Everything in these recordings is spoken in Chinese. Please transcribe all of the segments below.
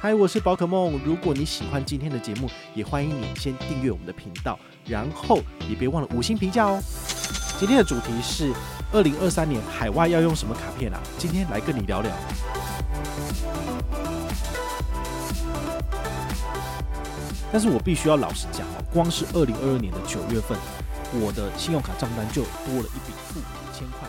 嗨，我是宝可梦。如果你喜欢今天的节目，也欢迎你先订阅我们的频道，然后也别忘了5星评价哦。今天的主题是2023年海外要用什么卡片啊？今天来跟你聊聊。但是我必须要老实讲哦，光是2022年的9月份，我的信用卡账单就多了一笔负5000块。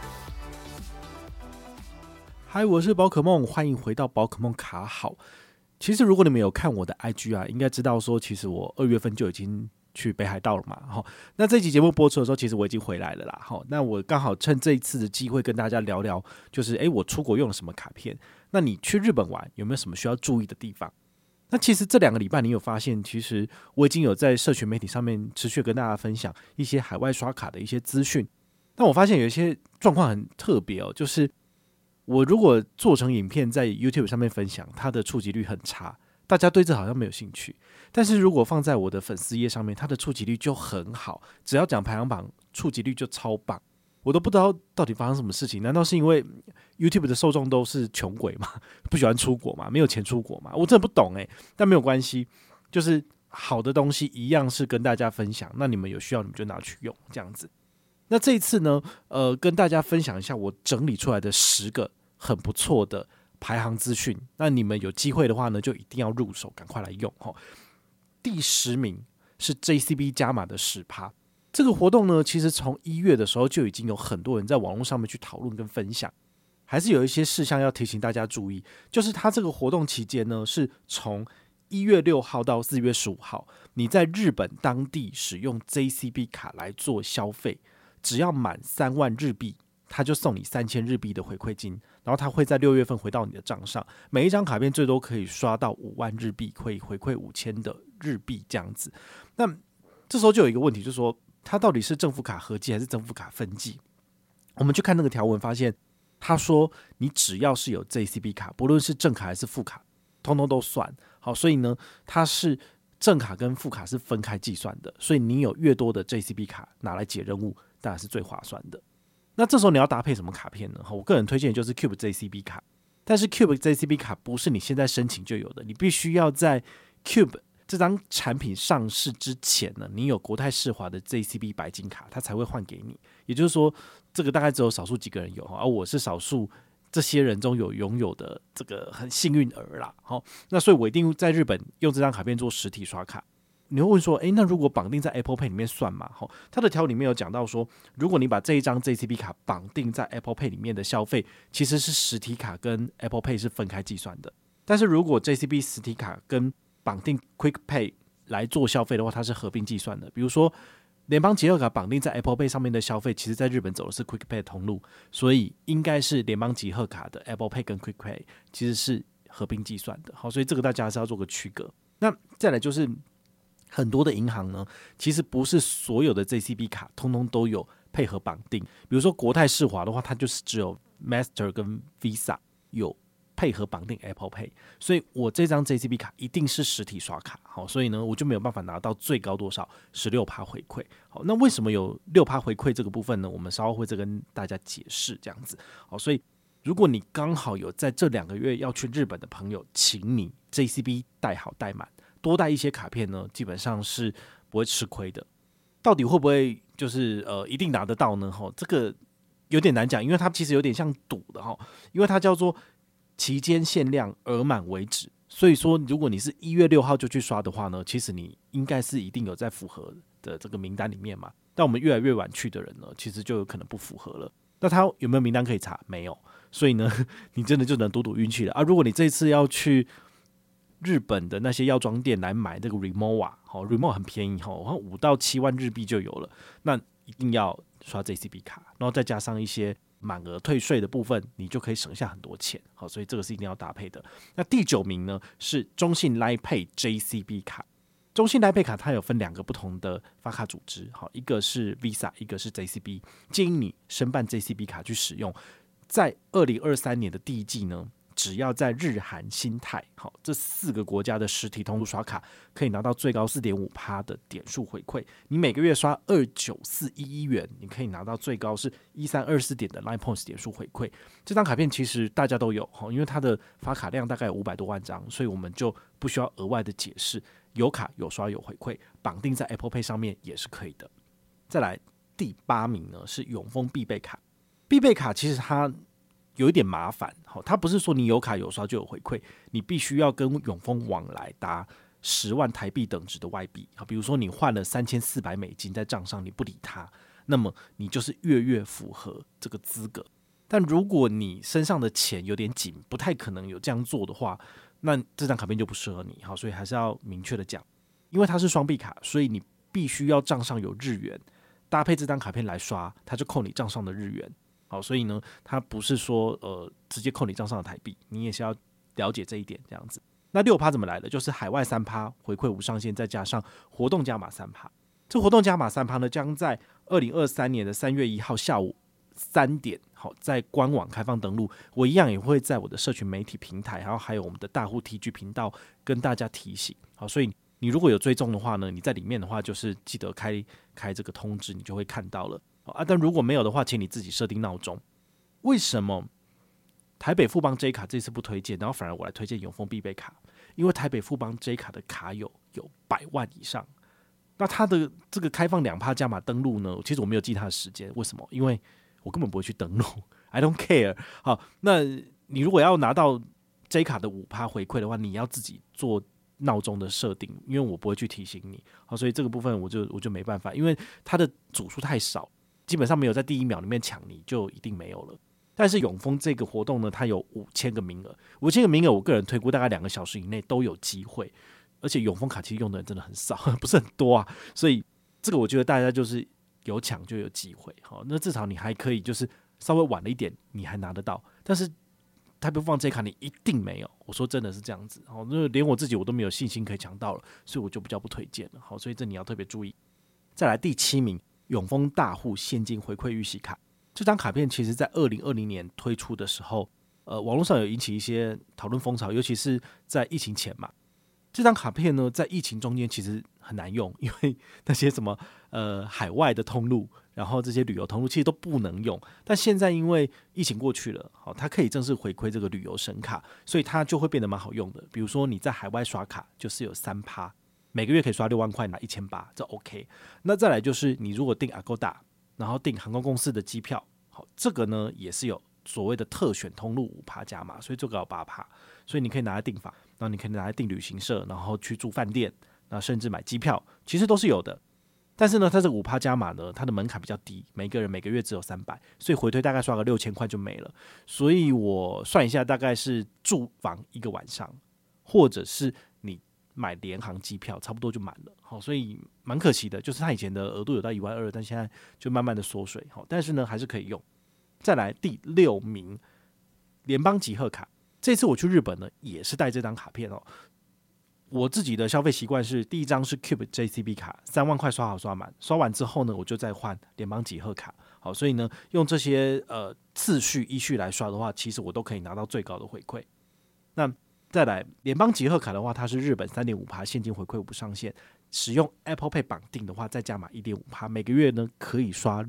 嗨，我是宝可梦，欢迎回到宝可梦卡好。其实如果你们有看我的 IG 啊，应该知道说，其实我2月份就已经去北海道了嘛。那这期节目播出的时候，其实我已经回来了啦。那我刚好趁这一次的机会跟大家聊聊，就是我出国用了什么卡片？那你去日本玩有没有什么需要注意的地方？那其实这2个礼拜你有发现，其实我已经有在社群媒体上面持续跟大家分享一些海外刷卡的一些资讯。但我发现有一些状况很特别哦，就是我如果做成影片在 YouTube 上面分享，它的触及率很差，大家对这好像没有兴趣。但是如果放在我的粉丝页上面，它的触及率就很好，只要讲排行榜，触及率就超棒。我都不知道到底发生什么事情，难道是因为 YouTube 的受众都是穷鬼吗？不喜欢出国吗？没有钱出国吗？我真的不懂但没有关系，就是好的东西一样是跟大家分享，那你们有需要你们就拿去用，这样子。那这一次呢，跟大家分享一下我整理出来的10个很不错的排行资讯，那你们有机会的话呢，就一定要入手，赶快来用。第10名是 JCB 加码的10%。这个活动呢，其实从1月的时候就已经有很多人在网络上面去讨论跟分享，还是有一些事项要提醒大家注意，就是它这个活动期间呢，是从1月6号到4月15号，你在日本当地使用 JCB 卡来做消费，只要满3万日币，他就送你3000日币的回馈金，然后他会在6月份回到你的账上，每一张卡片最多可以刷到5万日币，会回馈5000的日币这样子。那这时候就有一个问题，就是说它到底是政府卡合计还是政府卡分计？我们去看那个条文，发现他说你只要是有 JCB 卡，不论是正卡还是副卡，通通都算好。所以呢，它是正卡跟副卡是分开计算的，所以你有越多的 JCB 卡拿来解任务，当然是最划算的。那这时候你要搭配什么卡片呢？我个人推荐就是 Cube JCB 卡，但是 Cube JCB 卡不是你现在申请就有的，你必须要在 Cube 这张产品上市之前呢，你有国泰世华的 JCB 白金卡，它才会换给你。也就是说，这个大概只有少数几个人有，而我是少数这些人中有拥有的这个很幸运儿啦。那所以我一定在日本用这张卡片做实体刷卡。你会问说，那如果绑定在 Apple Pay 里面算吗？它的条里面有讲到说，如果你把这一张 JCB 卡绑定在 Apple Pay 里面的消费，其实是实体卡跟 Apple Pay 是分开计算的。但是如果 JCB 实体卡跟绑定 Quick Pay 来做消费的话，它是合并计算的。比如说，联邦集合卡绑定在 Apple Pay 上面的消费，其实在日本走的是 Quick Pay 通路，所以应该是联邦集合卡的 Apple Pay 跟 Quick Pay 其实是合并计算的。所以这个大家还是要做个区隔。那再来就是很多的银行呢，其实不是所有的 JCB 卡通通都有配合绑定。比如说国泰世华的话，它就是只有 Master 跟 Visa 有配合绑定 Apple Pay， 所以我这张 JCB 卡一定是实体刷卡，所以呢我就没有办法拿到最高多少 16% 回馈。好，那为什么有 6% 回馈这个部分呢？我们稍后会再跟大家解释这样子。好，所以如果你刚好有在这2个月要去日本的朋友，请你 JCB 带好带满，多带一些卡片呢，基本上是不会吃亏的。到底会不会就是一定拿得到呢？这个有点难讲，因为它其实有点像赌的，因为它叫做期间限量，额满为止。所以说，如果你是1月6号就去刷的话呢，其实你应该是一定有在符合的这个名单里面嘛。但我们越来越晚去的人呢，其实就有可能不符合了。那他有没有名单可以查？没有。所以呢，你真的就能赌赌运气了啊！如果你这一次要去日本的那些药妆店来买这个 Rimowa，Rimowa 很便宜，好像5到7万日币就有了。那一定要刷 JCB 卡，然后再加上一些满额退税的部分，你就可以省下很多钱。好，所以这个是一定要搭配的。那第9名呢是中信 Line Pay JCB 卡。中信 Line Pay 卡它有分2个不同的发卡组织，好，一个是 Visa， 一个是 建议你申办 JCB 卡去使用。在2023年的第1季呢， 只要在日韩新泰这4个国家的实体通路刷卡，可以拿到最高 4.5% 的点数回馈。你每个月刷29411元，你可以拿到最高是1324点的 Line Points 点数回馈。这张卡片其实大家都有，因为它的发卡量大概有500多万张，所以我们就不需要额外的解释，有卡有刷有回馈，绑定在 Apple Pay 上面也是可以的。再来第8名呢是永丰必备卡。必备卡其实它有一点麻烦，它不是说你有卡有刷就有回馈，你必须要跟永丰往来达10万台币等值的外币。比如说你换了3400美金在账上，你不理它，那么你就是月符合这个资格。但如果你身上的钱有点紧，不太可能有这样做的话，那这张卡片就不适合你。所以还是要明确的讲，因为它是双币卡，所以你必须要账上有日元，搭配这张卡片来刷，它就扣你账上的日元。所以呢，它不是说直接扣你账上的台币，你也是要了解这一点这样子。那 6% 怎么来的？就是海外 3% 回馈无上限，再加上活动加码 3%。这活动加码 3% 呢，将在2023年的3月1号下午3点，在官网开放登录。我一样也会在我的社群媒体平台，然后还有我们的大户 TG 频道跟大家提醒。所以你如果有追踪的话呢，你在里面的话就是记得开这个通知，你就会看到了。但如果没有的话，请你自己设定闹钟。为什么台北富邦 J 卡这次不推荐，然后反而我来推荐永丰必备卡？因为台北富邦 J 卡的卡友有100万以上，那它的这个开放2%加码登录呢，其实我没有记它的时间，为什么？因为我根本不会去登录 ，I don't care。好，那你如果要拿到 J 卡的5%回馈的话，你要自己做闹钟的设定，因为我不会去提醒你。好，所以这个部分我就没办法，因为它的组数太少。基本上没有在第1秒里面抢，你就一定没有了。但是永丰这个活动呢，它有5000个名额，5000个名额，我个人推估大概2个小时以内都有机会。而且永丰卡其实用的人真的很少，不是很多啊，所以这个我觉得大家就是有抢就有机会。好，那至少你还可以就是稍微晚了一点，你还拿得到。但是台北富邦这一卡你一定没有，我说真的是这样子。好，那连我自己我都没有信心可以抢到了，所以我就比较不推荐了。好，所以这你要特别注意。再来第7名。永丰大户现金回馈预习卡，这张卡片其实在2020年推出的时候，网络上有引起一些讨论风潮，尤其是在疫情前嘛。这张卡片呢，在疫情中间其实很难用，因为那些什么海外的通路，然后这些旅游通路其实都不能用。但现在因为疫情过去了，好，它可以正式回馈这个旅游神卡，所以它就会变得蛮好用的。比如说你在海外刷卡，就是有3%。每个月可以刷6万块拿1800，这 OK。那再来就是你如果订 Agoda， 然后订航空公司的机票，好，这个呢也是有所谓的特选通路5%加码，所以这个有8%，所以你可以拿来订房，然后你可以拿来订旅行社，然后去住饭店，然后甚至买机票，其实都是有的。但是呢，它这个5%加码呢，它的门槛比较低，每个人每个月只有300，所以回推大概刷个6000块就没了。所以我算一下，大概是住房1个晚上，或者是你买联航机票差不多就满了。好，所以蛮可惜的，就是他以前的额度有到12000，但现在就慢慢的缩水。好，但是呢还是可以用。再来第6名，联邦集贺卡。这次我去日本呢，也是带这张卡片哦。我自己的消费习惯是，第一张是 Cube JCB 卡，3万块刷好刷满，刷完之后呢，我就再换联邦集贺卡。好，所以呢，用这些次序依序来刷的话，其实我都可以拿到最高的回馈。那再来联邦集贺卡的话，它是日本 3.5% 现金回馈无上限，使用 Apple Pay 绑定的话，再加码 1.5%， 每个月呢可以刷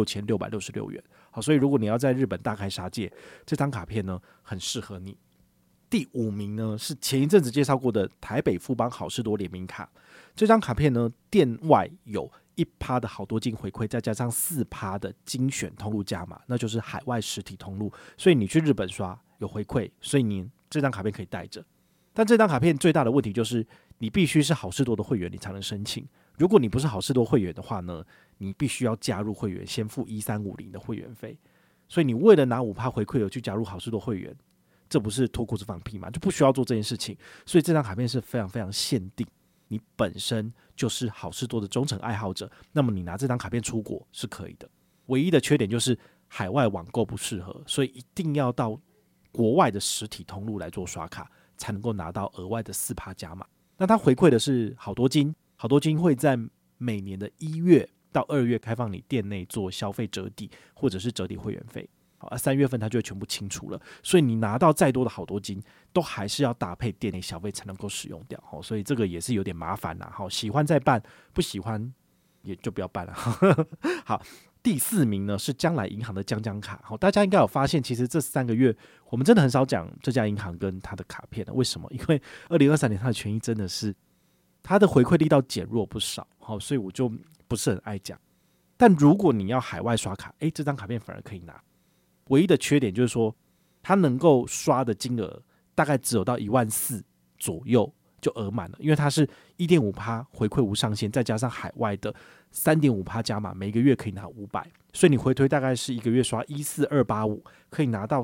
66666元。好，所以如果你要在日本大开杀戒，这张卡片呢很适合你。第5名呢是前一阵子介绍过的台北富邦好事多联名卡，这张卡片呢店外有1%的好多金回馈，再加上4%的精选通路加码，那就是海外实体通路，所以你去日本刷有回馈，所以你这张卡片可以带着。但这张卡片最大的问题就是你必须是好事多的会员你才能申请，如果你不是好事多会员的话呢，你必须要加入会员先付1350的会员费，所以你为了拿5%回馈而去加入好事多会员，这不是脱裤子放屁吗？就不需要做这件事情。所以这张卡片是非常非常限定，你本身就是好事多的忠诚爱好者，那么你拿这张卡片出国是可以的。唯一的缺点就是海外网购不适合，所以一定要到国外的实体通路来做刷卡，才能够拿到额外的4%加码。那它回馈的是好多金，好多金会在每年的1月到2月开放你店内做消费折抵或者是折抵会员费。 好，3月份它就会全部清除了，所以你拿到再多的好多金，都还是要搭配店内消费才能够使用掉，所以这个也是有点麻烦啦。喜欢再办，不喜欢也就不要办了。好，第4名呢是将来银行的将将卡。大家应该有发现，其实这3个月我们真的很少讲这家银行跟它的卡片了。为什么？因为2023年它的权益真的是它的回馈力道减弱不少，所以我就不是很爱讲。但如果你要海外刷卡，这张卡片反而可以拿。唯一的缺点就是说，它能够刷的金额大概只有到14000左右就额满了，因为它是 1.5% 回馈无上限，再加上海外的 3.5% 加码，每个月可以拿500，所以你回推大概是一个月刷14285，可以拿到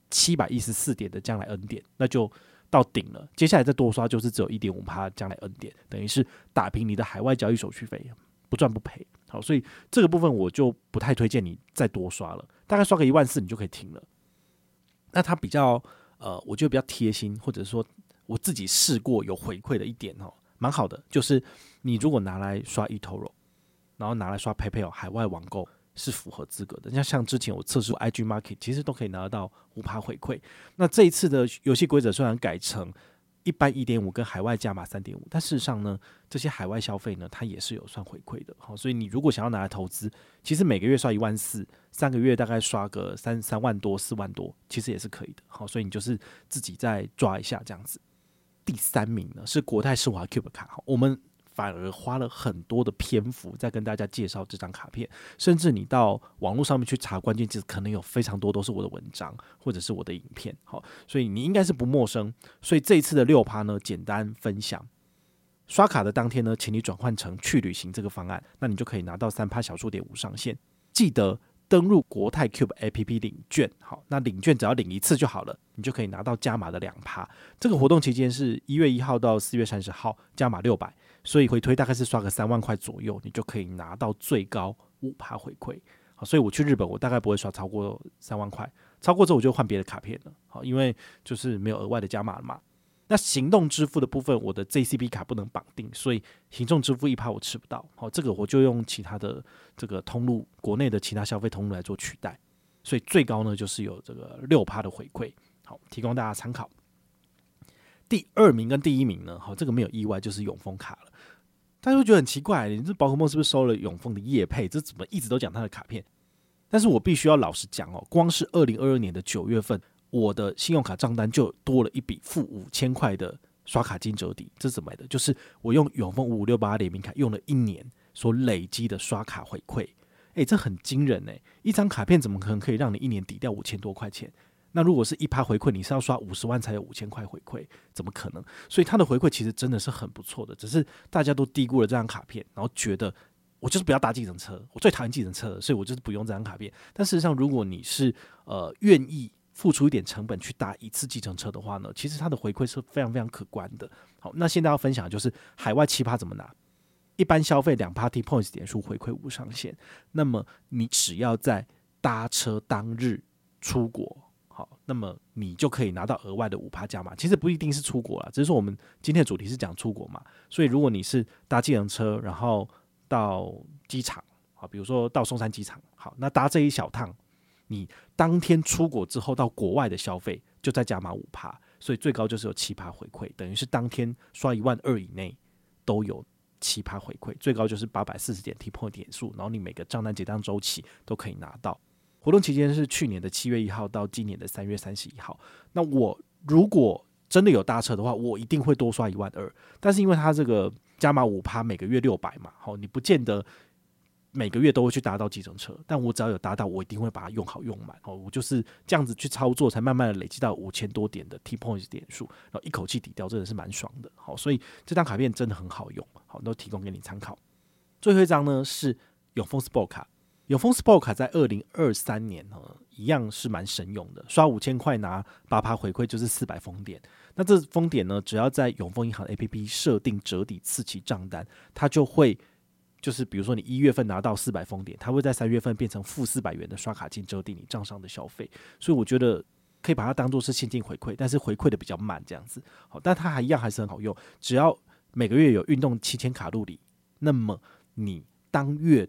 714点的将来 N 点，那就到顶了。接下来再多刷就是只有 1.5% 将来 N 点，等于是打平你的海外交易手续费，不赚不赔。好，所以这个部分我就不太推荐你再多刷了，大概刷个14000你就可以停了。那它比较我觉得比较贴心，或者说我自己试过有回馈的一点蛮好的，就是你如果拿来刷 eToro， 然后拿来刷 PayPal 海外网购是符合资格的。像之前我测试 IG Market 其实都可以拿得到 5% 回馈。那这一次的游戏规则虽然改成一般 1.5 跟海外加码 3.5， 但事实上呢，这些海外消费呢，它也是有算回馈的。所以你如果想要拿来投资，其实每个月刷14000，3个月大概刷个3万多4万多，其实也是可以的。好，所以你就是自己再抓一下这样子。第3名呢是国泰世华 Cube 卡，我们反而花了很多的篇幅在跟大家介绍这张卡片，甚至你到网络上面去查关键字，可能有非常多都是我的文章或者是我的影片，好，所以你应该是不陌生。所以这一次的6%呢，简单分享。刷卡的当天呢，请你转换成去旅行这个方案，那你就可以拿到3%小数点无上限。记得登入国泰 Cube APP 领券，好，那领券只要领一次就好了，你就可以拿到加码的2%。这个活动期间是1月1号到4月30号，加码600，所以回推大概是刷个3万块左右，你就可以拿到最高5%回馈。好，所以我去日本，我大概不会刷超过3万块，超过之后我就换别的卡片了。好，因为就是没有额外的加码了嘛。那行动支付的部分，我的 JCB 卡不能绑定，所以行动支付1%我吃不到。好，这个我就用其他的这个通路，国内的其他消费通路来做取代。所以最高呢就是有这个6%的回馈。好，提供大家参考。第2名跟第1名呢，好，这个没有意外就是永丰卡了。大家会觉得很奇怪，你这宝可梦是不是收了永丰的业配？这怎么一直都讲他的卡片？但是我必须要老实讲光是2022年的9月份，我的信用卡账单就多了一笔负5000块的刷卡金折抵。这是怎么来的？就是我用永丰5568联名卡用了1年所累积的刷卡回馈。这很惊人一张卡片怎么可能可以让你1年抵掉5000多块钱？那如果是1%回馈，你是要刷50万才有5000块回馈，怎么可能？所以它的回馈其实真的是很不错的，只是大家都低估了这张卡片，然后觉得我就是不要搭计程车，我最讨厌计程车了，所以我就是不用这张卡片。但事实上，如果你是愿意付出一点成本去搭一次计程车的话呢，其实它的回馈是非常非常可观的。好，那现在要分享的就是海外7%怎么拿。一般消费2% T-Points 点数回馈无上限，那么你只要在搭车当日出国，好，那么你就可以拿到额外的5%加码。其实不一定是出国啦，只是说我们今天的主题是讲出国嘛，所以如果你是搭计程车，然后到机场，好，比如说到松山机场，好，那搭这一小趟，你当天出国之后到国外的消费就再加码5%，所以最高就是有7%回馈，等于是当天刷12000以内都有7%回馈，最高就是840点 T-Point 点数，然后你每个账单结账周期都可以拿到。活动期间是去年的7月1号到今年的3月31号。那我如果真的有搭车的话，我一定会多刷12000，但是因为它这个加码5%，每个月600嘛，好，你不见得每个月都会去搭到计程车，但我只要有搭到，我一定会把它用好用满。我就是这样子去操作，才慢慢的累积到5000多点的 T-Points 点数，然后一口气抵掉，真的是蛮爽的。好，所以这张卡片真的很好用，好，都提供给你参考。最后一张呢是永丰 Sport 卡。永丰 Sport 卡在2023年一样是蛮神勇的，刷5000块拿8%回馈就是400封点。那这封点呢，只要在永丰银行 APP 设定折抵次期账单，它就会就是比如说你1月份拿到400封点，它会在3月份变成负400元的刷卡金折抵你账上的消费。所以我觉得可以把它当作是现金回馈，但是回馈的比较慢这样子。好，但它一样还是很好用，只要每个月有运动7000卡路里，那么你当月的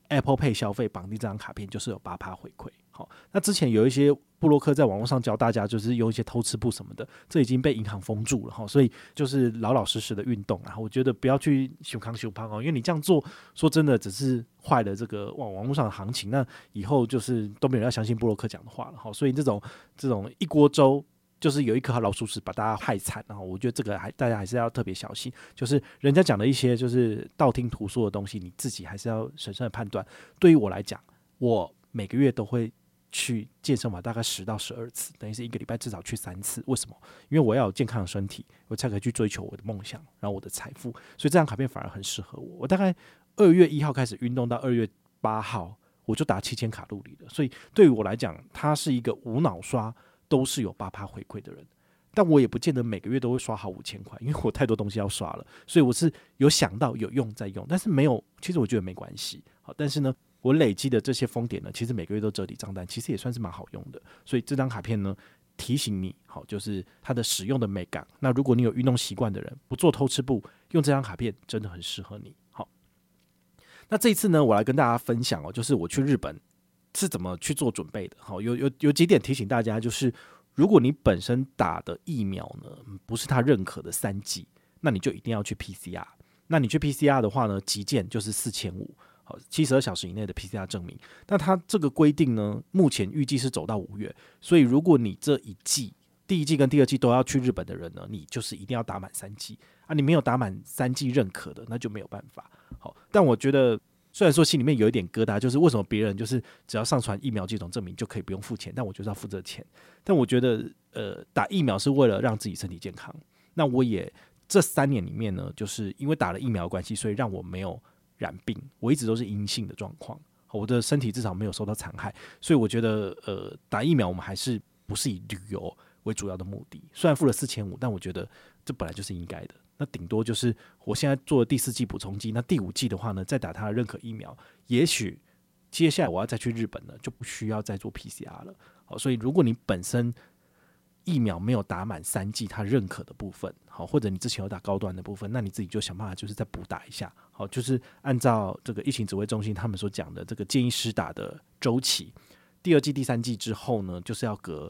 Apple Pay 消费绑定这张卡片就是有8%回馈。好，那之前有一些部落客在网络上教大家就是用一些偷吃步什么的，这已经被银行封住了，所以就是老老实实的运动啊。我觉得不要去熊康熊胖因为你这样做，说真的只是坏了这个网络上的行情，那以后就是都没有人要相信部落客讲的话了。所以这种一锅粥就是有一颗老鼠屎把大家害惨，然后我觉得这个大家还是要特别小心，就是人家讲的一些就是道听途说的东西，你自己还是要审慎的判断。对于我来讲，我每个月都会去健身房大概10到12次，等于是一个礼拜至少去3次。为什么？因为我要有健康的身体，我才可以去追求我的梦想，然后我的财富。所以这张卡片反而很适合我。我大概2月1号开始运动到2月8号，我就达7000卡路里了。所以对于我来讲，它是一个无脑刷都是有8%回馈的人。但我也不见得每个月都会刷好5000块，因为我太多东西要刷了，所以我是有想到有用再用，但是没有，其实我觉得没关系。好，但是呢，我累积的这些封点呢，其实每个月都折抵账单，其实也算是蛮好用的。所以这张卡片呢，提醒你，好，就是它的使用的美感。那如果你有运动习惯的人，不做偷吃步，用这张卡片真的很适合你。好，那这一次呢，我来跟大家分享就是我去日本是怎么去做准备的。好，有几点提醒大家，就是如果你本身打的疫苗呢不是他认可的3剂，那你就一定要去 PCR。那你去 PCR 的话呢，急件就是4500，好，72小时以内的 PCR 证明。那它这个规定呢，目前预计是走到5月，所以如果你这一剂第一剂跟第二剂都要去日本的人呢，你就是一定要打满3剂啊！你没有打满3剂认可的，那就没有办法。好，但我觉得虽然说心里面有一点疙瘩，就是为什么别人就是只要上传疫苗接种证明就可以不用付钱，但我就是要付这钱。但我觉得打疫苗是为了让自己身体健康。那我也这3年里面呢，就是因为打了疫苗的关系，所以让我没有染病，我一直都是阴性的状况，我的身体至少没有受到残害。所以我觉得打疫苗我们还是不是以旅游为主要的目的。虽然付了4500，但我觉得这本来就是应该的。那顶多就是我现在做的第4剂补充剂，那第5剂的话呢，再打它的认可疫苗，也许接下来我要再去日本呢，就不需要再做 PCR 了。好，所以如果你本身疫苗没有打满3剂它认可的部分，好，或者你之前有打高端的部分，那你自己就想办法就是再补打一下。好，就是按照这个疫情指挥中心他们所讲的这个建议施打的周期，第2剂第3剂之后呢，就是要隔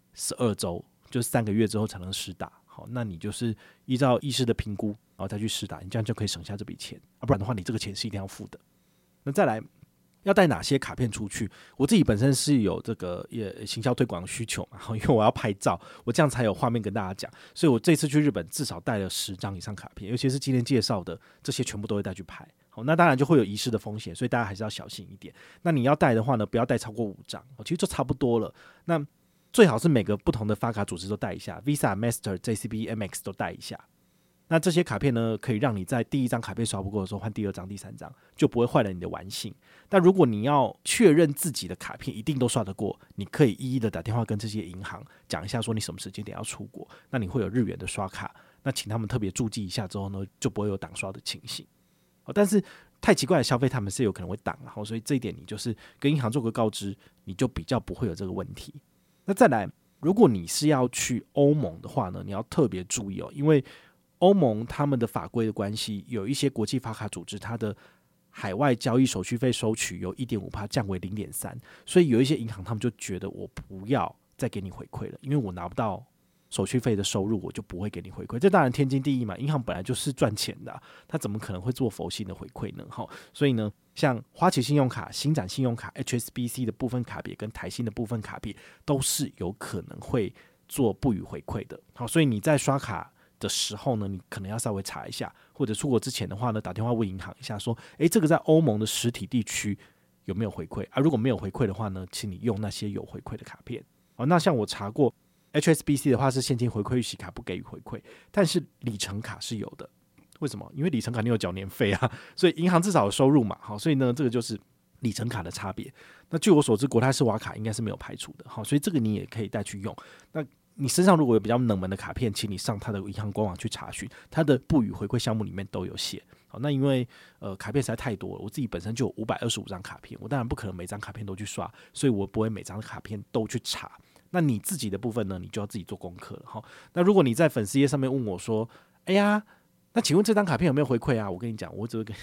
12周，就是3个月之后才能施打。好，那你就是依照医师的评估，然后再去施打，你这样就可以省下这笔钱不然的话你这个钱是一定要付的。那再来要带哪些卡片出去？我自己本身是有这个行销推广需求嘛，因为我要拍照，我这样才有画面跟大家讲，所以我这次去日本至少带了10张以上卡片，尤其是今天介绍的这些全部都会带去拍。好，那当然就会有遗失的风险，所以大家还是要小心一点。那你要带的话呢，不要带超过5张，其实就差不多了。那最好是每个不同的发卡组织都带一下 ，Visa、Master、JCB、MX 都带一下。那这些卡片呢，可以让你在第1张卡片刷不过的时候换第2张、第3张，就不会坏了你的玩性。但如果你要确认自己的卡片一定都刷得过，你可以一一的打电话跟这些银行讲一下，说你什么时间点要出国，那你会有日元的刷卡，那请他们特别注记一下之后呢，就不会有挡刷的情形。但是太奇怪的消费他们是有可能会挡，所以这一点你就是跟银行做个告知，你就比较不会有这个问题。那再来，如果你是要去欧盟的话呢，你要特别注意因为欧盟他们的法规的关系，有一些国际发卡组织，它的海外交易手续费收取由 1.5% 降为 0.3%， 所以有一些银行他们就觉得我不要再给你回馈了，因为我拿不到手续费的收入，我就不会给你回馈。这当然天经地义嘛，银行本来就是赚钱的他怎么可能会做佛心的回馈呢？所以呢，像花旗信用卡、星展信用卡、HSBC 的部分卡别跟台新的部分卡别都是有可能会做不予回馈的。好，所以你在刷卡的时候呢，你可能要稍微查一下，或者出国之前的话呢，打电话问银行一下说，这个在欧盟的实体地区有没有回馈如果没有回馈的话呢，请你用那些有回馈的卡片。那像我查过 HSBC 的话是现金回馈预习卡不给予回馈，但是里程卡是有的。为什么？因为里程卡你有缴年费所以银行至少有收入嘛。好，所以呢，这个就是里程卡的差别。那据我所知，国泰世华卡应该是没有排除的。好，所以这个你也可以带去用。那你身上如果有比较冷门的卡片，请你上他的银行官网去查询，他的不予回馈项目里面都有写。好，那因为卡片实在太多了，我自己本身就有525张卡片，我当然不可能每张卡片都去刷，所以我不会每张卡片都去查。那你自己的部分呢，你就要自己做功课了。那如果你在粉丝页上面问我说，哎呀，那请问这张卡片有没有回馈啊？我跟你讲，我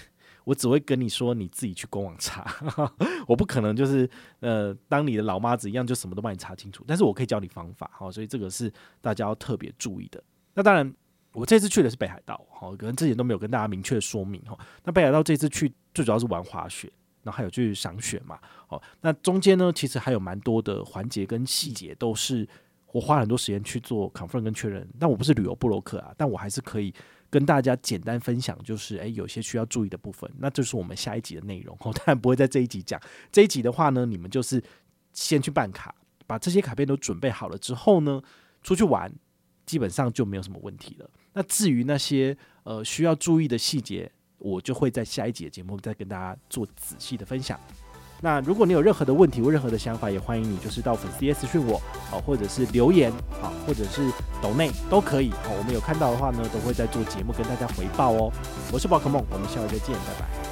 我只会跟你说你自己去官网查，我不可能就是当你的老妈子一样就什么都帮你查清楚，但是我可以教你方法，所以这个是大家要特别注意的。那当然我这次去的是北海道，可能之前都没有跟大家明确说明。那北海道这次去最主要是玩滑雪，然后还有去赏雪嘛。那中间呢其实还有蛮多的环节跟细节都是我花很多时间去做 confirm 跟确认，但我不是旅游部落客啊，但我还是可以跟大家简单分享，就是有些需要注意的部分，那这是我们下一集的内容，当然不会在这一集讲。这一集的话呢，你们就是先去办卡，把这些卡片都准备好了之后呢，出去玩基本上就没有什么问题了。那至于那些需要注意的细节，我就会在下一集的节目再跟大家做仔细的分享。那如果你有任何的问题或任何的想法，也欢迎你就是到粉丝页私讯我，或者是留言，或者是抖内都可以，我们有看到的话呢，都会在做节目跟大家回报哦。我是宝可梦，我们下回再见，拜拜。